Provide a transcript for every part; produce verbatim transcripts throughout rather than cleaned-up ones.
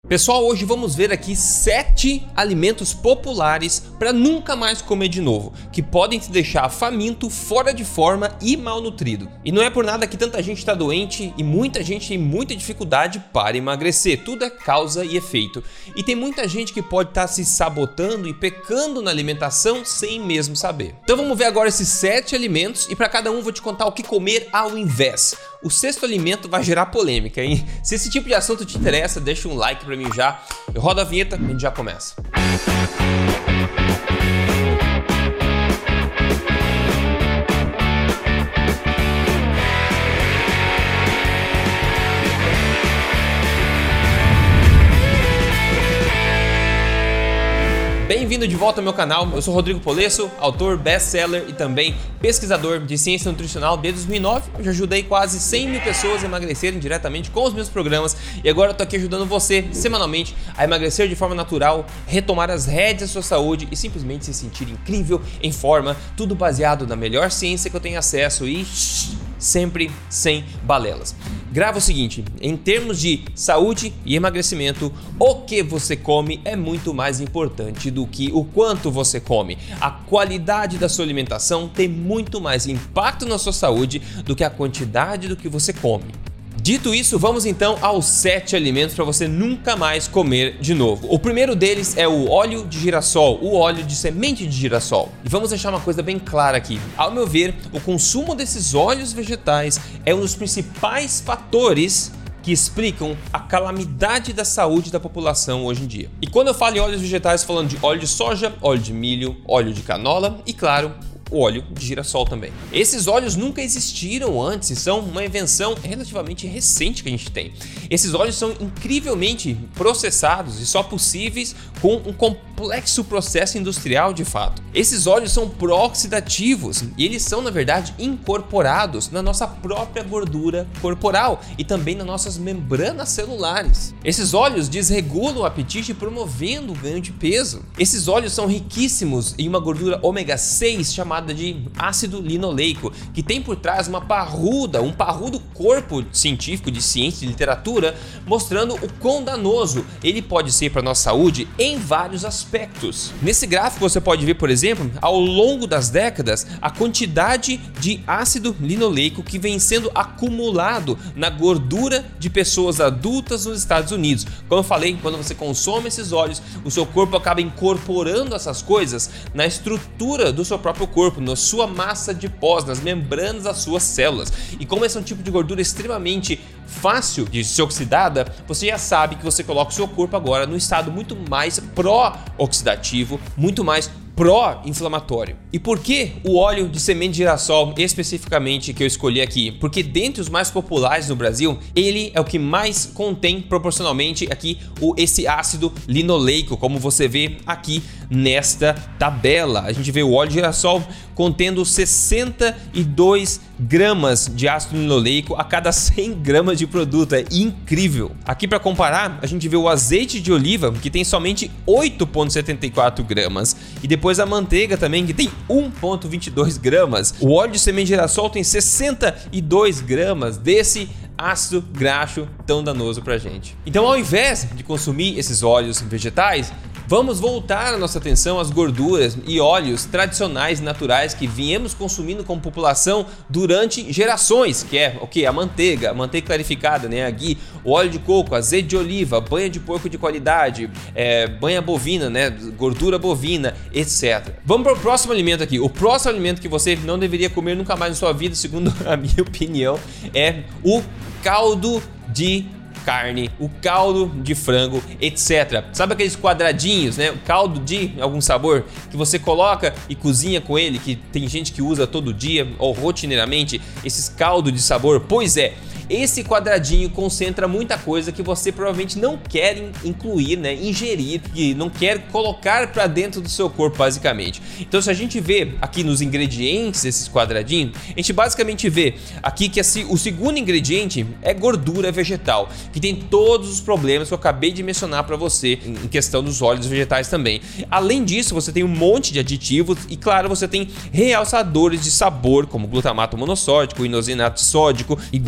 Pessoal, hoje vamos ver aqui sete alimentos populares para nunca mais comer de novo, que podem te deixar faminto, fora de forma e malnutrido. E não é por nada que tanta gente está doente e muita gente tem muita dificuldade para emagrecer. Tudo é causa e efeito. E tem muita gente que pode estar se sabotando e pecando na alimentação sem mesmo saber. Então vamos ver agora esses sete alimentos e para cada um vou te contar o que comer ao invés. O sexto alimento vai gerar polêmica, hein? Se esse tipo de assunto te interessa, deixa um like pra mim já. Eu rodo a vinheta e a gente já começa. Bem-vindo de volta ao meu canal, eu sou Rodrigo Polesso, autor, best-seller e também pesquisador de ciência nutricional desde dois mil e nove. Eu já ajudei quase cem mil pessoas a emagrecerem diretamente com os meus programas e agora eu tô aqui ajudando você semanalmente a emagrecer de forma natural, retomar as rédeas da sua saúde e simplesmente se sentir incrível, em forma, tudo baseado na melhor ciência que eu tenho acesso e sempre sem balelas. Grava o seguinte, em termos de saúde e emagrecimento, o que você come é muito mais importante do que o quanto você come. A qualidade da sua alimentação tem muito mais impacto na sua saúde do que a quantidade do que você come. Dito isso, vamos então aos sete alimentos para você nunca mais comer de novo. O primeiro deles é o óleo de girassol, o óleo de semente de girassol. E vamos deixar uma coisa bem clara aqui. Ao meu ver, o consumo desses óleos vegetais é um dos principais fatores que explicam a calamidade da saúde da população hoje em dia. E quando eu falo em óleos vegetais, falando de óleo de soja, óleo de milho, óleo de canola e, claro, o óleo de girassol também. Esses óleos nunca existiram antes e são uma invenção relativamente recente que a gente tem. Esses óleos são incrivelmente processados e só possíveis com um complexo processo industrial de fato. Esses óleos são pró-oxidativos e eles são, na verdade, incorporados na nossa própria gordura corporal e também nas nossas membranas celulares. Esses óleos desregulam o apetite promovendo o ganho de peso. Esses óleos são riquíssimos em uma gordura ômega seis chamada de ácido linoleico, que tem por trás uma parruda, um parrudo corpo científico de ciência e literatura, mostrando o quão danoso ele pode ser para a nossa saúde em vários aspectos. Nesse gráfico você pode ver, por exemplo, ao longo das décadas, a quantidade de ácido linoleico que vem sendo acumulado na gordura de pessoas adultas nos Estados Unidos. Como eu falei, quando você consome esses óleos, o seu corpo acaba incorporando essas coisas na estrutura do seu próprio corpo, na sua massa de pós, nas membranas das suas células. E como esse é um tipo de gordura extremamente fácil de ser oxidada, você já sabe que você coloca o seu corpo agora num estado muito mais pró-oxidativo, muito mais pró-inflamatório. E por que o óleo de semente de girassol especificamente que eu escolhi aqui? Porque dentre os mais populares no Brasil, ele é o que mais contém proporcionalmente aqui o, esse ácido linoleico, como você vê aqui nesta tabela. A gente vê o óleo de girassol contendo sessenta e dois gramas de ácido linoleico a cada cem gramas de produto. É incrível. Aqui para comparar, a gente vê o azeite de oliva, que tem somente oito vírgula setenta e quatro gramas, e depois a manteiga também, que tem um vírgula vinte e dois gramas. O óleo de semente de girassol tem sessenta e dois gramas desse ácido graxo tão danoso pra gente. Então, ao invés de consumir esses óleos vegetais, vamos voltar a nossa atenção às gorduras e óleos tradicionais e naturais que viemos consumindo como população durante gerações, que é o que? A manteiga, a manteiga clarificada, né? A ghee, o óleo de coco, azeite de oliva, banha de porco de qualidade, é, banha bovina, né? Gordura bovina, etcétera. Vamos para o próximo alimento aqui. O próximo alimento que você não deveria comer nunca mais na sua vida, segundo a minha opinião, é o caldo de carne, o caldo de frango, etcétera. Sabe aqueles quadradinhos, né? O caldo de algum sabor que você coloca e cozinha com ele, que tem gente que usa todo dia ou rotineiramente, esses caldos de sabor? Pois é, esse quadradinho concentra muita coisa que você provavelmente não quer incluir, né, ingerir, e não quer colocar para dentro do seu corpo, basicamente. Então, se a gente vê aqui nos ingredientes desses quadradinhos, a gente basicamente vê aqui que o segundo ingrediente é gordura vegetal, que tem todos os problemas que eu acabei de mencionar para você em questão dos óleos vegetais também. Além disso, você tem um monte de aditivos e, claro, você tem realçadores de sabor, como glutamato monossódico, inosinato sódico e guanilato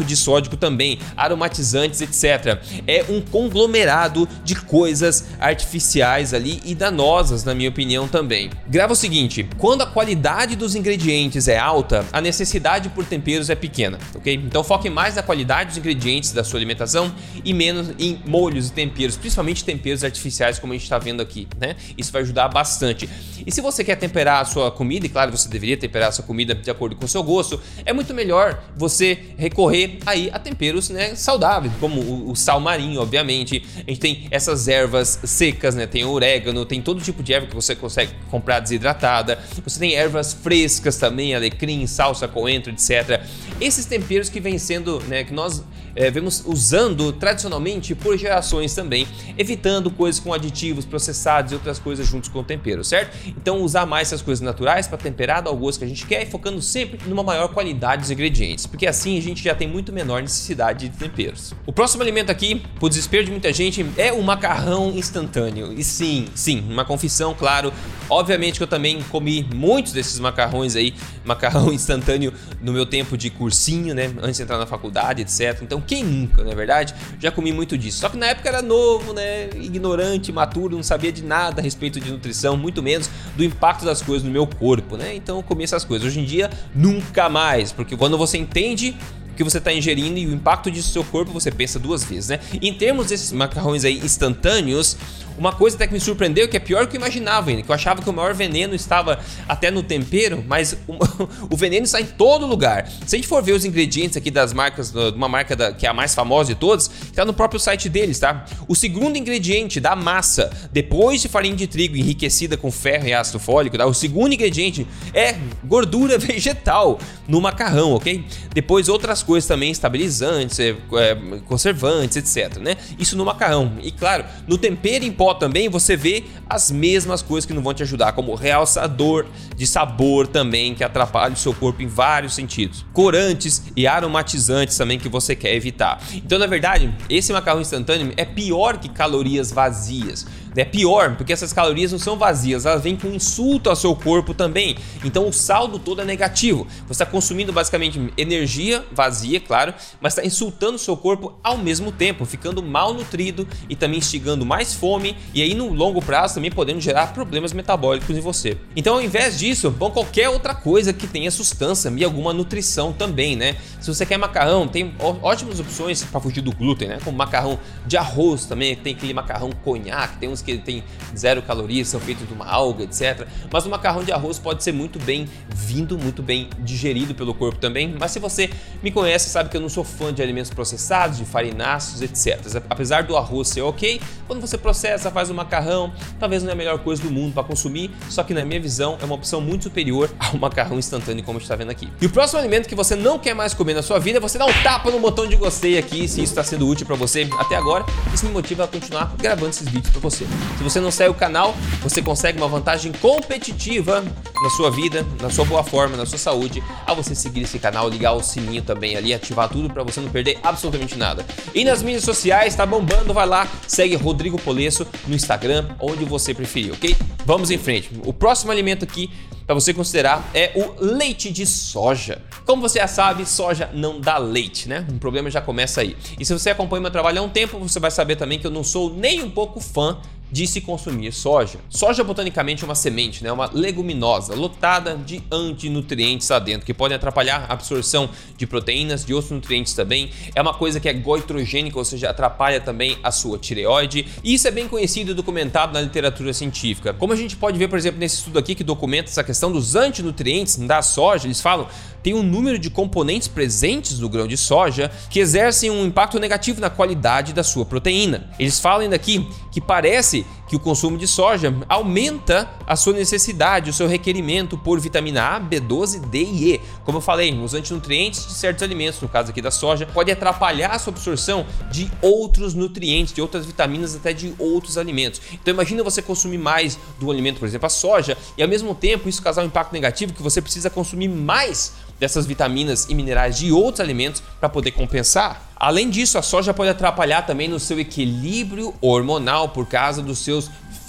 extrato de sódico também, aromatizantes, etcétera. É um conglomerado de coisas artificiais ali e danosas, na minha opinião também. Grava o seguinte, quando a qualidade dos ingredientes é alta, a necessidade por temperos é pequena, ok? Então foque mais na qualidade dos ingredientes da sua alimentação e menos em molhos e temperos, principalmente temperos artificiais, como a gente está vendo aqui, né? Isso vai ajudar bastante. E se você quer temperar a sua comida, e claro, você deveria temperar a sua comida de acordo com o seu gosto, é muito melhor você recorrer aí a temperos, né, saudáveis, como o, o sal marinho, obviamente. A gente tem essas ervas secas, né? Tem orégano, tem todo tipo de erva que você consegue comprar desidratada. Você tem ervas frescas também, alecrim, salsa, coentro, etcétera. Esses temperos que vêm sendo, né, que nós é, vemos usando tradicionalmente por gerações também, evitando coisas com aditivos processados e outras coisas juntos com o tempero, certo? Então usar mais essas coisas naturais para temperar, dar o gosto que a gente quer e focando sempre numa maior qualidade dos ingredientes, porque assim a gente já tem muito menor necessidade de temperos. O próximo alimento aqui, por desespero de muita gente, é o macarrão instantâneo. E sim, sim, uma confissão, claro, obviamente que eu também comi muitos desses macarrões aí, macarrão instantâneo no meu tempo de cursinho, né, antes de entrar na faculdade, etcétera. Então quem nunca, não é verdade? Já comi muito disso, só que na época era novo, né, ignorante, imaturo, não sabia de nada a respeito de nutrição, muito menos do impacto das coisas no meu corpo, né, então eu comi essas coisas. Hoje em dia, nunca mais, porque quando você entende o que você está ingerindo e o impacto disso no seu corpo, você pensa duas vezes, né? E em termos desses macarrões aí instantâneos, uma coisa até que me surpreendeu, que é pior do que eu imaginava ainda, que eu achava que o maior veneno estava até no tempero, mas o, o veneno está em todo lugar. Se a gente for ver os ingredientes aqui das marcas, de uma marca da, que é a mais famosa de todas, está no próprio site deles, tá? O segundo ingrediente da massa, depois de farinha de trigo enriquecida com ferro e ácido fólico, tá? O segundo ingrediente é gordura vegetal no macarrão, ok? Depois outras coisas também, estabilizantes, é, é, conservantes, etcétera, né? Isso no macarrão. E claro, no tempero em pó também você vê as mesmas coisas que não vão te ajudar, como realçador de sabor também, que atrapalha o seu corpo em vários sentidos. Corantes e aromatizantes também que você quer evitar. Então, na verdade, esse macarrão instantâneo é pior que calorias vazias. É pior, porque essas calorias não são vazias, elas vêm com insulto ao seu corpo também. Então o saldo todo é negativo. Você está consumindo basicamente energia vazia, claro, mas está insultando o seu corpo ao mesmo tempo, ficando mal nutrido e também instigando mais fome, e aí no longo prazo também podendo gerar problemas metabólicos em você. Então, ao invés disso, bom, qualquer outra coisa que tenha sustância e alguma nutrição também, né? Se você quer macarrão, tem ótimas opções para fugir do glúten, né? Como macarrão de arroz também, tem aquele macarrão conhaque, tem uns que tem zero calorias, são feitos de uma alga, etcétera. Mas o macarrão de arroz pode ser muito bem vindo, muito bem digerido pelo corpo também. Mas se você me conhece, sabe que eu não sou fã de alimentos processados, de farináceos, etcétera. Apesar do arroz ser ok, quando você processa, faz o macarrão, talvez não é a melhor coisa do mundo para consumir, só que na minha visão é uma opção muito superior ao macarrão instantâneo, como a gente está vendo aqui. E o próximo alimento que você não quer mais comer na sua vida é você dar um tapa no botão de gostei aqui, se isso está sendo útil para você até agora. Isso me motiva a continuar gravando esses vídeos para você. Se você não segue o canal, você consegue uma vantagem competitiva na sua vida, na sua boa forma, na sua saúde, ao você seguir esse canal, ligar o sininho também ali, ativar tudo para você não perder absolutamente nada. E nas mídias sociais, tá bombando, vai lá, segue Rodrigo Polesso no Instagram, onde você preferir, ok? Vamos em frente. O próximo alimento aqui para você considerar é o leite de soja. Como você já sabe, soja não dá leite, né? O problema já começa aí. E se você acompanha meu trabalho há um tempo, você vai saber também que eu não sou nem um pouco fã de se consumir soja. Soja botanicamente é uma semente, né? Uma leguminosa lotada de antinutrientes lá dentro, que podem atrapalhar a absorção de proteínas, de outros nutrientes também. É uma coisa que é goitrogênica, ou seja, atrapalha também a sua tireoide. E isso é bem conhecido e documentado na literatura científica. Como a gente pode ver, por exemplo, nesse estudo aqui que documenta essa questão dos antinutrientes da soja, eles falam tem um número de componentes presentes no grão de soja que exercem um impacto negativo na qualidade da sua proteína. Eles falam ainda aqui que parece que o consumo de soja aumenta a sua necessidade, o seu requerimento por vitamina A, B doze, D e E. Como eu falei, os antinutrientes de certos alimentos, no caso aqui da soja, pode atrapalhar a sua absorção de outros nutrientes, de outras vitaminas, até de outros alimentos. Então imagina você consumir mais do alimento, por exemplo, a soja, e ao mesmo tempo isso causar um impacto negativo que você precisa consumir mais dessas vitaminas e minerais de outros alimentos para poder compensar. Além disso, a soja pode atrapalhar também no seu equilíbrio hormonal por causa dos seus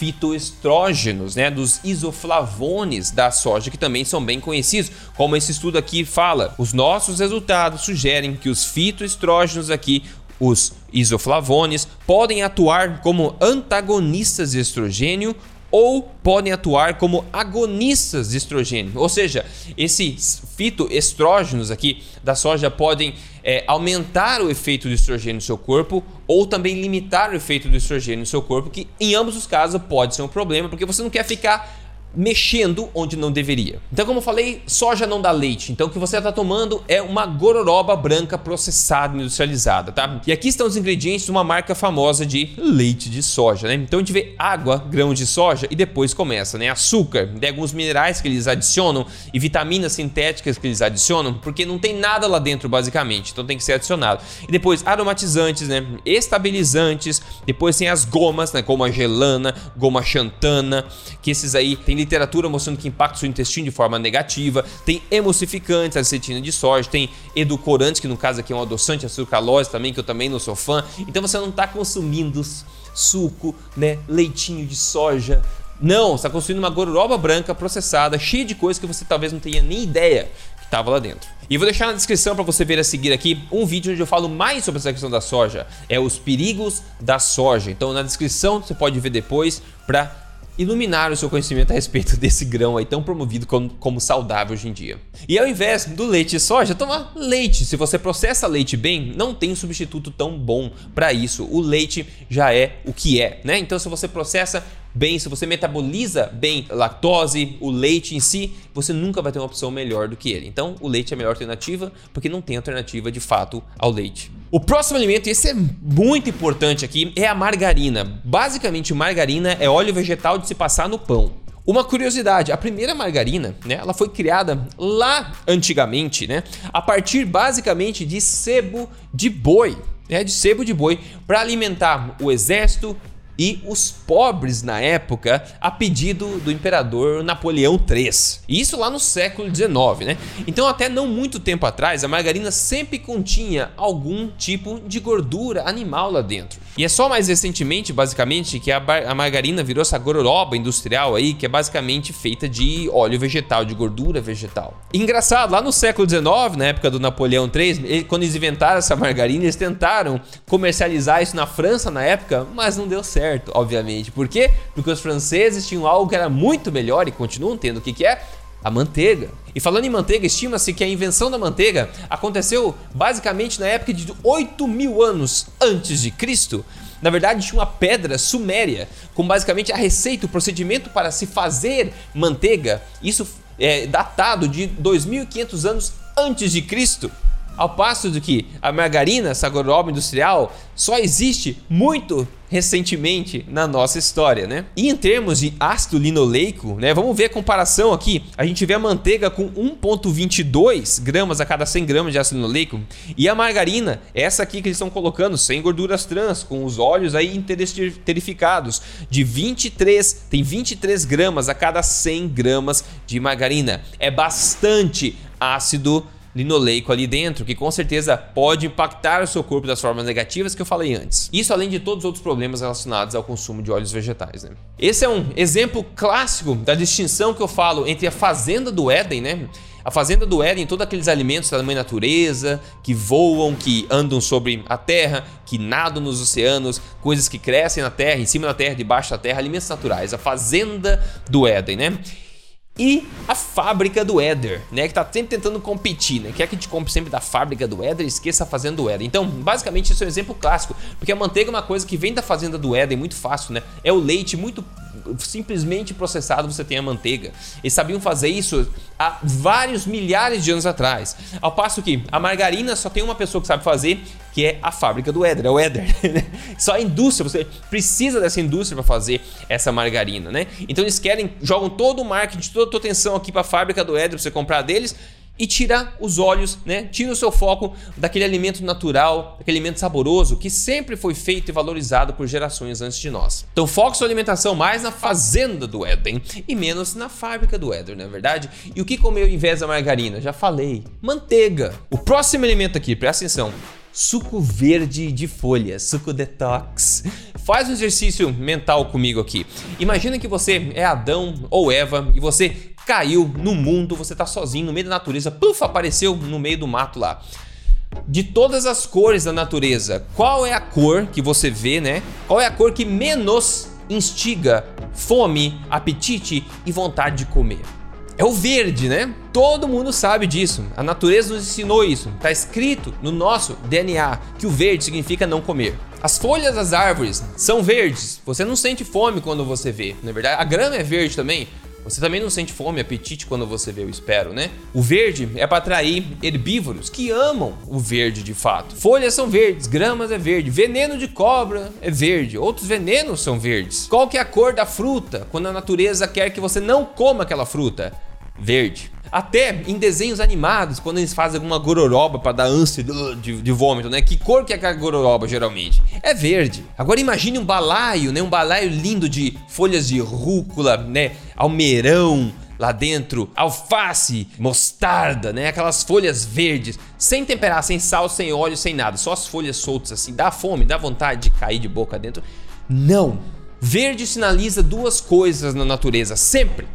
fitoestrógenos, né, dos isoflavones da soja, que também são bem conhecidos, como esse estudo aqui fala. Os nossos resultados sugerem que os fitoestrógenos aqui, os isoflavones, podem atuar como antagonistas de estrogênio ou podem atuar como agonistas de estrogênio. Ou seja, esses fitoestrógenos aqui da soja podem é, aumentar o efeito do estrogênio no seu corpo ou também limitar o efeito do estrogênio no seu corpo, que em ambos os casos pode ser um problema, porque você não quer ficar mexendo onde não deveria. Então, como eu falei, soja não dá leite. Então, o que você está tomando é uma gororoba branca processada, industrializada, tá? E aqui estão os ingredientes de uma marca famosa de leite de soja, né? Então, a gente vê água, grãos de soja e depois começa, né? Açúcar, de alguns minerais que eles adicionam e vitaminas sintéticas que eles adicionam, porque não tem nada lá dentro, basicamente. Então, tem que ser adicionado. E depois, aromatizantes, né? Estabilizantes. Depois tem as gomas, né? Como a gelana, goma xantana, que esses aí tem literatura mostrando que impacta o seu intestino de forma negativa. Tem emulsificantes, a cetina de soja, tem edulcorantes, que no caso aqui é um adoçante, a sucralose também, que eu também não sou fã. Então você não está consumindo suco, né, leitinho de soja. Não, você está consumindo uma gororoba branca processada, cheia de coisas que você talvez não tenha nem ideia que estava lá dentro. E vou deixar na descrição para você ver a seguir aqui um vídeo onde eu falo mais sobre essa questão da soja. É os perigos da soja. Então na descrição você pode ver depois para iluminar o seu conhecimento a respeito desse grão aí tão promovido como, como saudável hoje em dia. E ao invés do leite de soja, tomar leite. Se você processa leite bem, não tem um substituto tão bom para isso. O leite já é o que é, né? Então se você processa bem, se você metaboliza bem a lactose, o leite em si, você nunca vai ter uma opção melhor do que ele. Então o leite é a melhor alternativa, porque não tem alternativa de fato ao leite. O próximo alimento, e esse é muito importante aqui, é a margarina. Basicamente, margarina é óleo vegetal de se passar no pão. Uma curiosidade, a primeira margarina, né, ela foi criada lá antigamente, né, a partir basicamente de sebo de boi, né, de sebo de boi, para alimentar o exército e os pobres na época, a pedido do imperador Napoleão terceiro. Isso lá no século dezenove, né? Então até não muito tempo atrás, a margarina sempre continha algum tipo de gordura animal lá dentro. E é só mais recentemente, basicamente, que a, a margarina virou essa gororoba industrial aí, que é basicamente feita de óleo vegetal, de gordura vegetal. E engraçado, lá no século dezenove, na época do Napoleão terceiro, ele, quando eles inventaram essa margarina, eles tentaram comercializar isso na França na época, mas não deu certo, obviamente. Por quê? Porque os franceses tinham algo que era muito melhor e continuam tendo. O que que é? A manteiga. E falando em manteiga, estima-se que a invenção da manteiga aconteceu basicamente na época de oito mil anos antes de Cristo. Na verdade, tinha uma pedra suméria com basicamente a receita, o procedimento para se fazer manteiga. Isso é datado de dois mil e quinhentos anos antes de Cristo. Ao passo de que a margarina, essa gororoba industrial, só existe muito recentemente na nossa história, né? E em termos de ácido linoleico, né? Vamos ver a comparação aqui. A gente vê a manteiga com um vírgula vinte e dois gramas a cada cem gramas de ácido linoleico e a margarina, essa aqui que eles estão colocando, sem gorduras trans, com os óleos aí interesterificados, de vinte e três, tem vinte e três gramas a cada cem gramas de margarina. É bastante ácido linoleico ali dentro, que com certeza pode impactar o seu corpo das formas negativas que eu falei antes. Isso além de todos os outros problemas relacionados ao consumo de óleos vegetais, né? Esse é um exemplo clássico da distinção que eu falo entre a fazenda do Éden, né? A fazenda do Éden, todos aqueles alimentos da mãe natureza, que voam, que andam sobre a terra, que nadam nos oceanos, coisas que crescem na terra, em cima da terra, debaixo da terra, alimentos naturais. A fazenda do Éden, né? E a fábrica do Éder, né, que tá sempre tentando competir, né, quer que a gente compre sempre da fábrica do Éder, esqueça a fazenda do Éden. Então, basicamente, isso é um exemplo clássico, porque a manteiga é uma coisa que vem da fazenda do Éden, muito fácil, né, é o leite muito simplesmente processado, você tem a manteiga. Eles sabiam fazer isso há vários milhares de anos atrás, ao passo que a margarina só tem uma pessoa que sabe fazer, que é a fábrica do Éder, é o Éder. Só a indústria, você precisa dessa indústria para fazer essa margarina, né? Então eles querem, jogam todo o marketing, toda a tua atenção aqui para a fábrica do Éder, para você comprar deles e tira os olhos, né? Tira o seu foco daquele alimento natural, daquele alimento saboroso que sempre foi feito e valorizado por gerações antes de nós. Então foque sua alimentação mais na fazenda do Éden e menos na fábrica do Éder, não é verdade? E o que comer ao invés da margarina? Já falei, manteiga. O próximo alimento aqui, presta atenção, suco verde de folhas, suco detox. Faz um exercício mental comigo aqui. Imagina que você é Adão ou Eva e você caiu no mundo, você tá sozinho no meio da natureza, puf, apareceu no meio do mato lá. De todas as cores da natureza, qual é a cor que você vê, né? Qual é a cor que menos instiga fome, apetite e vontade de comer? É o verde, né? Todo mundo sabe disso. A natureza nos ensinou isso. Tá escrito no nosso D N A que o verde significa não comer. As folhas das árvores são verdes. Você não sente fome quando você vê, não é verdade? A grama é verde também. Você também não sente fome, apetite quando você vê, eu espero, né? O verde é para atrair herbívoros que amam o verde de fato. Folhas são verdes, gramas é verde, veneno de cobra é verde, outros venenos são verdes. Qual que é a cor da fruta quando a natureza quer que você não coma aquela fruta? Verde. Até em desenhos animados, quando eles fazem alguma gororoba para dar ânsia de, de vômito, né? Que cor que é aquela gororoba geralmente? É verde. Agora imagine um balaio, né? Um balaio lindo de folhas de rúcula, né? Almeirão lá dentro, alface, mostarda, né? Aquelas folhas verdes, sem temperar, sem sal, sem óleo, sem nada. Só as folhas soltas assim. Dá fome, dá vontade de cair de boca dentro? Não. Verde sinaliza duas coisas na natureza, sempre.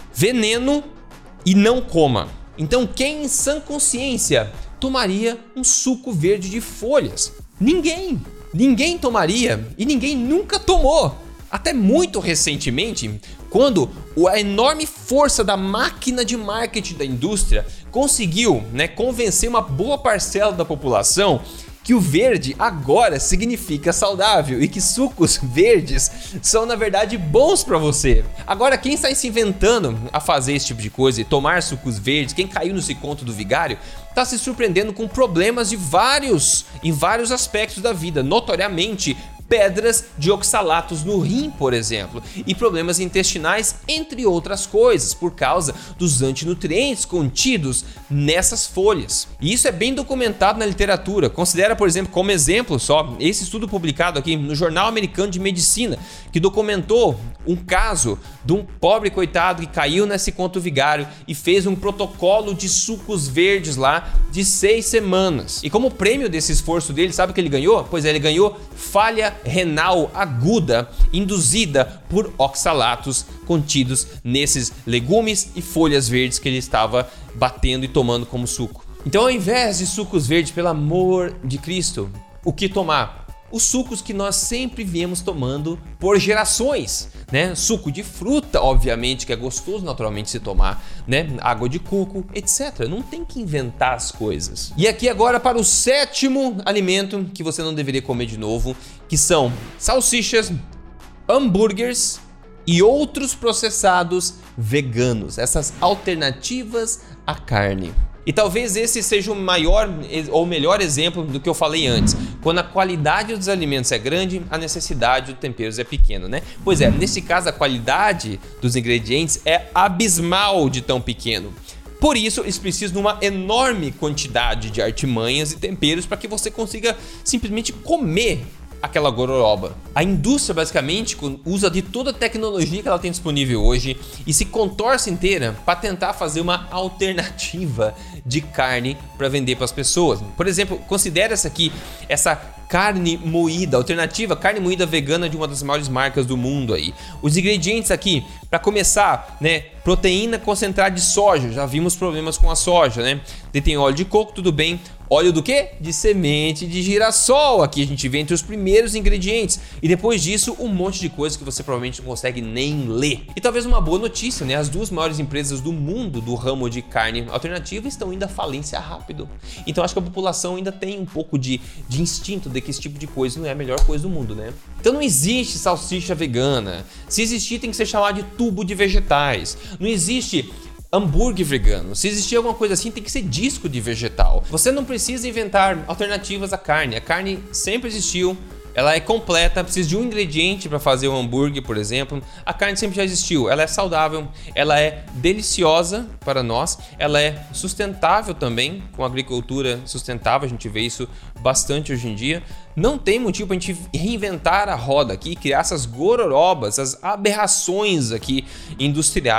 Veneno e não coma. Então quem em sã consciência tomaria um suco verde de folhas? Ninguém. Ninguém tomaria e ninguém nunca tomou. Até muito recentemente, quando a enorme força da máquina de marketing da indústria conseguiu, né, convencer uma boa parcela da população que o verde agora significa saudável e que sucos verdes são na verdade bons para você. Agora quem está se inventando a fazer esse tipo de coisa e tomar sucos verdes, quem caiu nesse conto do vigário, está se surpreendendo com problemas de vários, em vários aspectos da vida, notoriamente pedras de oxalatos no rim, por exemplo, e problemas intestinais, entre outras coisas, por causa dos antinutrientes contidos nessas folhas. E isso é bem documentado na literatura. Considera, por exemplo, como exemplo só, esse estudo publicado aqui no Jornal Americano de Medicina, que documentou um caso de um pobre coitado que caiu nesse conto vigário e fez um protocolo de sucos verdes lá de seis semanas. E como prêmio desse esforço dele, sabe o que ele ganhou? Pois é, ele ganhou falha renal aguda induzida por oxalatos contidos nesses legumes e folhas verdes que ele estava batendo e tomando como suco. Então, ao invés de sucos verdes, pelo amor de Cristo, o que tomar? Os sucos que nós sempre viemos tomando por gerações, né? Suco de fruta, obviamente, que é gostoso naturalmente se tomar, né? Água de coco, etcétera. Não tem que inventar as coisas. E aqui agora para o sétimo alimento que você não deveria comer de novo, que são salsichas, hambúrgueres e outros processados veganos, essas alternativas à carne. E talvez esse seja o maior ou melhor exemplo do que eu falei antes. Quando a qualidade dos alimentos é grande, a necessidade de temperos é pequena, né? Pois é, nesse caso a qualidade dos ingredientes é abismal de tão pequeno. Por isso, eles precisam de uma enorme quantidade de artimanhas e temperos para que você consiga simplesmente comer aquela gororoba. A indústria basicamente usa de toda a tecnologia que ela tem disponível hoje e se contorce inteira para tentar fazer uma alternativa de carne para vender para as pessoas. Por exemplo, considera essa aqui, essa carne moída, alternativa, carne moída vegana de uma das maiores marcas do mundo aí. Os ingredientes aqui, para começar, né, proteína concentrada de soja, já vimos problemas com a soja, né? Tem óleo de coco, tudo bem. Óleo do quê? De semente de girassol. Aqui a gente vê entre os primeiros ingredientes. E depois disso, um monte de coisa que você provavelmente não consegue nem ler. E talvez uma boa notícia, né? As duas maiores empresas do mundo do ramo de carne alternativa estão indo à falência rápido. Então acho que a população ainda tem um pouco de, de instinto de que esse tipo de coisa não é a melhor coisa do mundo, né? Então não existe salsicha vegana. Se existir, tem que ser chamado de tubo de vegetais. Não existe hambúrguer vegano. Se existir alguma coisa assim, tem que ser disco de vegetal. Você não precisa inventar alternativas à carne. A carne sempre existiu. Ela é completa, precisa de um ingrediente para fazer um hambúrguer, por exemplo. A carne sempre já existiu, ela é saudável, ela é deliciosa para nós, ela é sustentável também, com agricultura sustentável, a gente vê isso bastante hoje em dia. Não tem motivo para a gente reinventar a roda aqui, criar essas gororobas, essas aberrações aqui industriais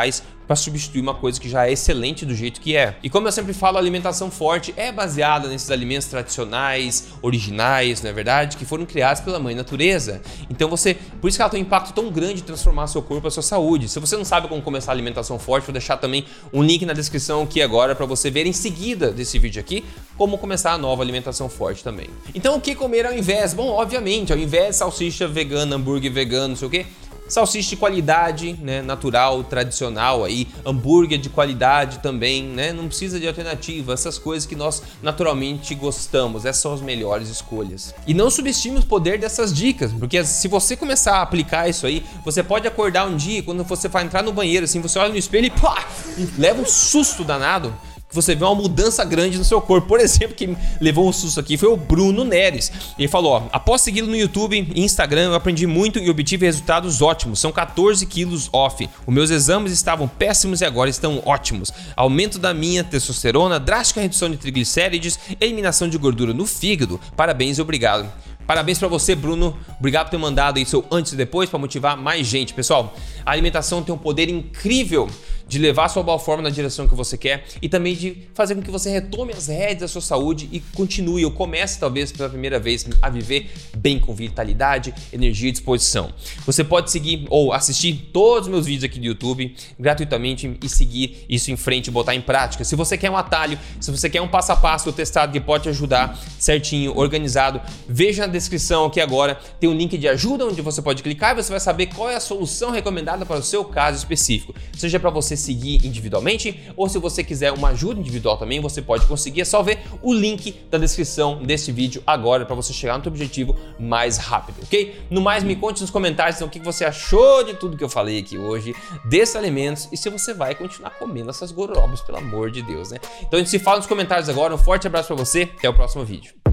para substituir uma coisa que já é excelente do jeito que é. E como eu sempre falo, a alimentação forte é baseada nesses alimentos tradicionais, originais, não é verdade? Que foram criados pela mãe natureza. Então você, por isso que ela tem um impacto tão grande de transformar seu corpo e a sua saúde. Se você não sabe como começar a alimentação forte, vou deixar também um link na descrição aqui agora para você ver em seguida desse vídeo aqui como começar a nova alimentação forte também. Então o que comer ao invés? Bom, obviamente, ao invés de salsicha vegana, hambúrguer vegano, não sei o que, salsicha de qualidade, né, natural, tradicional aí, hambúrguer de qualidade também, né, não precisa de alternativa, essas coisas que nós naturalmente gostamos, essas são as melhores escolhas. E não subestime o poder dessas dicas, porque se você começar a aplicar isso aí, você pode acordar um dia, quando você vai entrar no banheiro, assim, você olha no espelho e pá, leva um susto danado, que você vê uma mudança grande no seu corpo. Por exemplo, quem levou um susto aqui foi o Bruno Neres. Ele falou, ó, após segui-lo no YouTube e Instagram, eu aprendi muito e obtive resultados ótimos. São quatorze quilos off. Os meus exames estavam péssimos e agora estão ótimos. Aumento da minha testosterona, drástica redução de triglicérides, eliminação de gordura no fígado. Parabéns e obrigado. Parabéns pra você, Bruno. Obrigado por ter mandado aí seu antes e depois para motivar mais gente. Pessoal, a alimentação tem um poder incrível de levar a sua boa forma na direção que você quer e também de fazer com que você retome as rédeas da sua saúde e continue ou comece talvez pela primeira vez a viver bem com vitalidade, energia e disposição. Você pode seguir ou assistir todos os meus vídeos aqui do YouTube gratuitamente e seguir isso em frente e botar em prática. Se você quer um atalho, se você quer um passo a passo testado que pode te ajudar certinho, organizado, veja na descrição aqui agora, tem um link de ajuda onde você pode clicar e você vai saber qual é a solução recomendada para o seu caso específico. Seja para você seguir individualmente ou se você quiser uma ajuda individual também, você pode conseguir. É só ver o link da descrição desse vídeo agora para você chegar no seu objetivo mais rápido, ok? No mais, me conte nos comentários então, o que você achou de tudo que eu falei aqui hoje, desses alimentos e se você vai continuar comendo essas gororobas, pelo amor de Deus, né? Então a gente se fala nos comentários agora, um forte abraço para você, até o próximo vídeo.